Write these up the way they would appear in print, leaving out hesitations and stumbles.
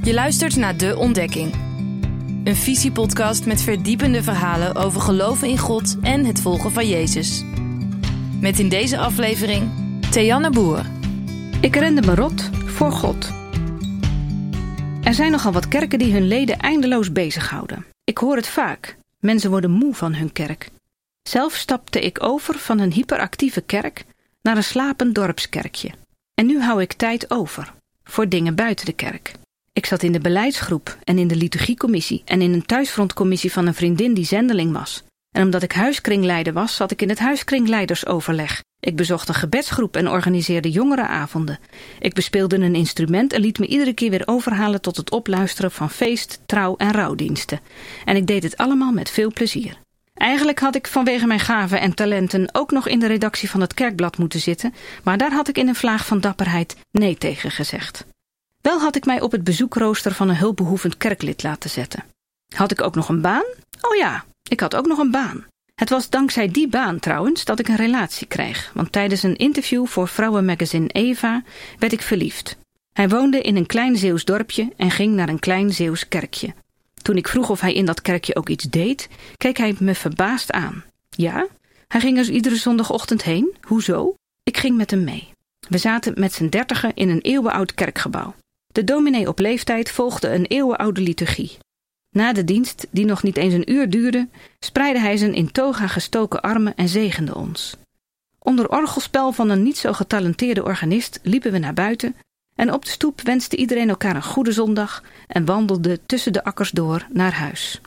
Je luistert naar De Ontdekking. Een visiepodcast met verdiepende verhalen over geloven in God en het volgen van Jezus. Met in deze aflevering Theanne Boer. Ik rende me rot voor God. Er zijn nogal wat kerken die hun leden eindeloos bezighouden. Ik hoor het vaak. Mensen worden moe van hun kerk. Zelf stapte ik over van een hyperactieve kerk naar een slapend dorpskerkje. En nu hou ik tijd over voor dingen buiten de kerk. Ik zat in de beleidsgroep en in de liturgiecommissie en in een thuisfrontcommissie van een vriendin die zendeling was. En omdat ik huiskringleider was, zat ik in het huiskringleidersoverleg. Ik bezocht een gebedsgroep en organiseerde jongerenavonden. Ik bespeelde een instrument en liet me iedere keer weer overhalen tot het opluisteren van feest, trouw en rouwdiensten. En ik deed het allemaal met veel plezier. Eigenlijk had ik vanwege mijn gaven en talenten ook nog in de redactie van het kerkblad moeten zitten, maar daar had ik in een vlaag van dapperheid nee tegen gezegd. Wel had ik mij op het bezoekrooster van een hulpbehoevend kerklid laten zetten. Had ik ook nog een baan? Oh ja, ik had ook nog een baan. Het was dankzij die baan trouwens dat ik een relatie kreeg, want tijdens een interview voor vrouwenmagazine Eva werd ik verliefd. Hij woonde in een klein Zeeuws dorpje en ging naar een klein Zeeuws kerkje. Toen ik vroeg of hij in dat kerkje ook iets deed, keek hij me verbaasd aan. Ja, hij ging er iedere zondagochtend heen. Hoezo? Ik ging met hem mee. We zaten met z'n 30 in een eeuwenoud kerkgebouw. De dominee op leeftijd volgde een eeuwenoude liturgie. Na de dienst, die nog niet eens een uur duurde, spreidde hij zijn in toga gestoken armen en zegende ons. Onder orgelspel van een niet zo getalenteerde organist liepen we naar buiten en op de stoep wenste iedereen elkaar een goede zondag en wandelde tussen de akkers door naar huis.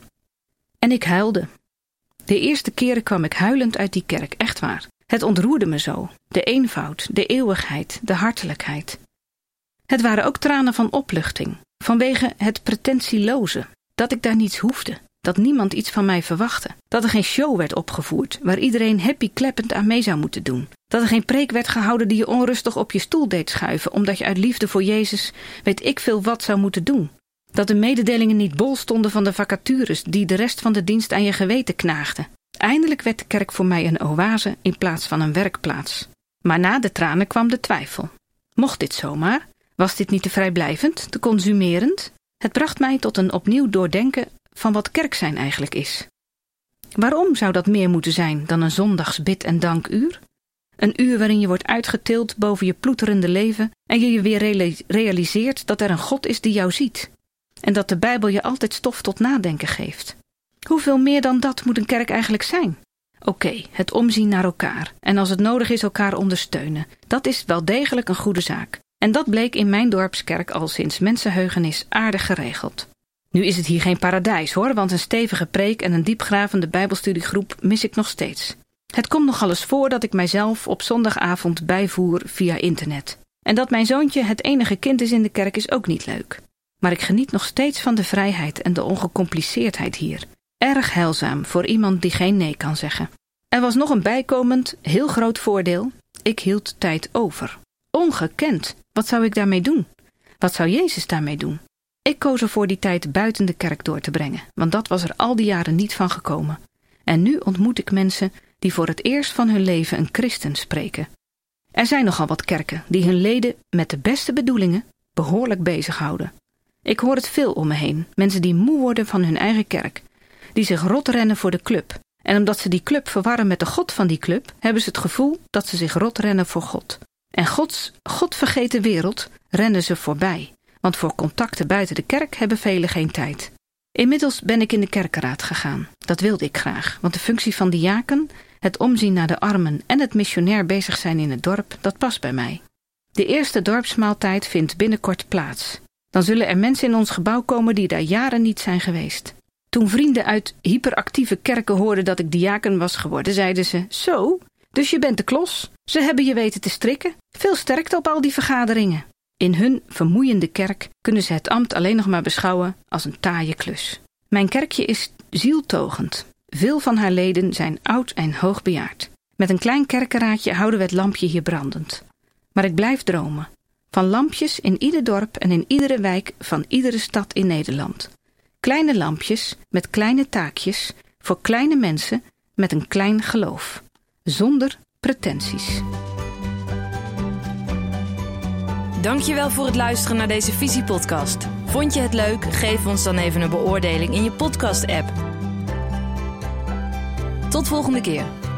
En ik huilde. De eerste keren kwam ik huilend uit die kerk, echt waar. Het ontroerde me zo. De eenvoud, de eeuwigheid, de hartelijkheid. Het waren ook tranen van opluchting, vanwege het pretentieloze, dat ik daar niets hoefde, dat niemand iets van mij verwachtte, dat er geen show werd opgevoerd, waar iedereen happy kleppend aan mee zou moeten doen, dat er geen preek werd gehouden die je onrustig op je stoel deed schuiven, omdat je uit liefde voor Jezus weet ik veel wat zou moeten doen, dat de mededelingen niet bol stonden van de vacatures die de rest van de dienst aan je geweten knaagden. Eindelijk werd de kerk voor mij een oase in plaats van een werkplaats. Maar na de tranen kwam de twijfel. Mocht dit zomaar? Was dit niet te vrijblijvend, te consumerend? Het bracht mij tot een opnieuw doordenken van wat kerk zijn eigenlijk is. Waarom zou dat meer moeten zijn dan een zondags bid- en dankuur? Een uur waarin je wordt uitgetild boven je ploeterende leven en je weer realiseert dat er een God is die jou ziet. En dat de Bijbel je altijd stof tot nadenken geeft. Hoeveel meer dan dat moet een kerk eigenlijk zijn? Oké, het omzien naar elkaar en als het nodig is elkaar ondersteunen. Dat is wel degelijk een goede zaak. En dat bleek in mijn dorpskerk al sinds mensenheugenis aardig geregeld. Nu is het hier geen paradijs hoor, want een stevige preek en een diepgravende bijbelstudiegroep mis ik nog steeds. Het komt nogal eens voor dat ik mijzelf op zondagavond bijvoer via internet. En dat mijn zoontje het enige kind is in de kerk is ook niet leuk. Maar ik geniet nog steeds van de vrijheid en de ongecompliceerdheid hier. Erg heilzaam voor iemand die geen nee kan zeggen. Er was nog een bijkomend, heel groot voordeel. Ik hield tijd over. Ongekend. Wat zou ik daarmee doen? Wat zou Jezus daarmee doen? Ik koos ervoor die tijd buiten de kerk door te brengen, want dat was er al die jaren niet van gekomen. En nu ontmoet ik mensen die voor het eerst van hun leven een christen spreken. Er zijn nogal wat kerken die hun leden met de beste bedoelingen behoorlijk bezighouden. Ik hoor het veel om me heen. Mensen die moe worden van hun eigen kerk. Die zich rot rennen voor de club. En omdat ze die club verwarren met de God van die club, hebben ze het gevoel dat ze zich rot rennen voor God. En Gods godvergeten wereld rennen ze voorbij. Want voor contacten buiten de kerk hebben velen geen tijd. Inmiddels ben ik in de kerkenraad gegaan. Dat wilde ik graag, want de functie van diaken, het omzien naar de armen en het missionair bezig zijn in het dorp, dat past bij mij. De eerste dorpsmaaltijd vindt binnenkort plaats. Dan zullen er mensen in ons gebouw komen die daar jaren niet zijn geweest. Toen vrienden uit hyperactieve kerken hoorden dat ik diaken was geworden, zeiden ze, zo, dus je bent de klos. Ze hebben je weten te strikken. Veel sterkte op al die vergaderingen. In hun vermoeiende kerk kunnen ze het ambt alleen nog maar beschouwen als een taaie klus. Mijn kerkje is zieltogend. Veel van haar leden zijn oud en hoogbejaard. Met een klein kerkenraadje houden we het lampje hier brandend. Maar ik blijf dromen. Van lampjes in ieder dorp en in iedere wijk van iedere stad in Nederland. Kleine lampjes met kleine taakjes voor kleine mensen met een klein geloof. Zonder pretenties. Dankjewel voor het luisteren naar deze visiepodcast. Vond je het leuk? Geef ons dan even een beoordeling in je podcast-app. Tot volgende keer.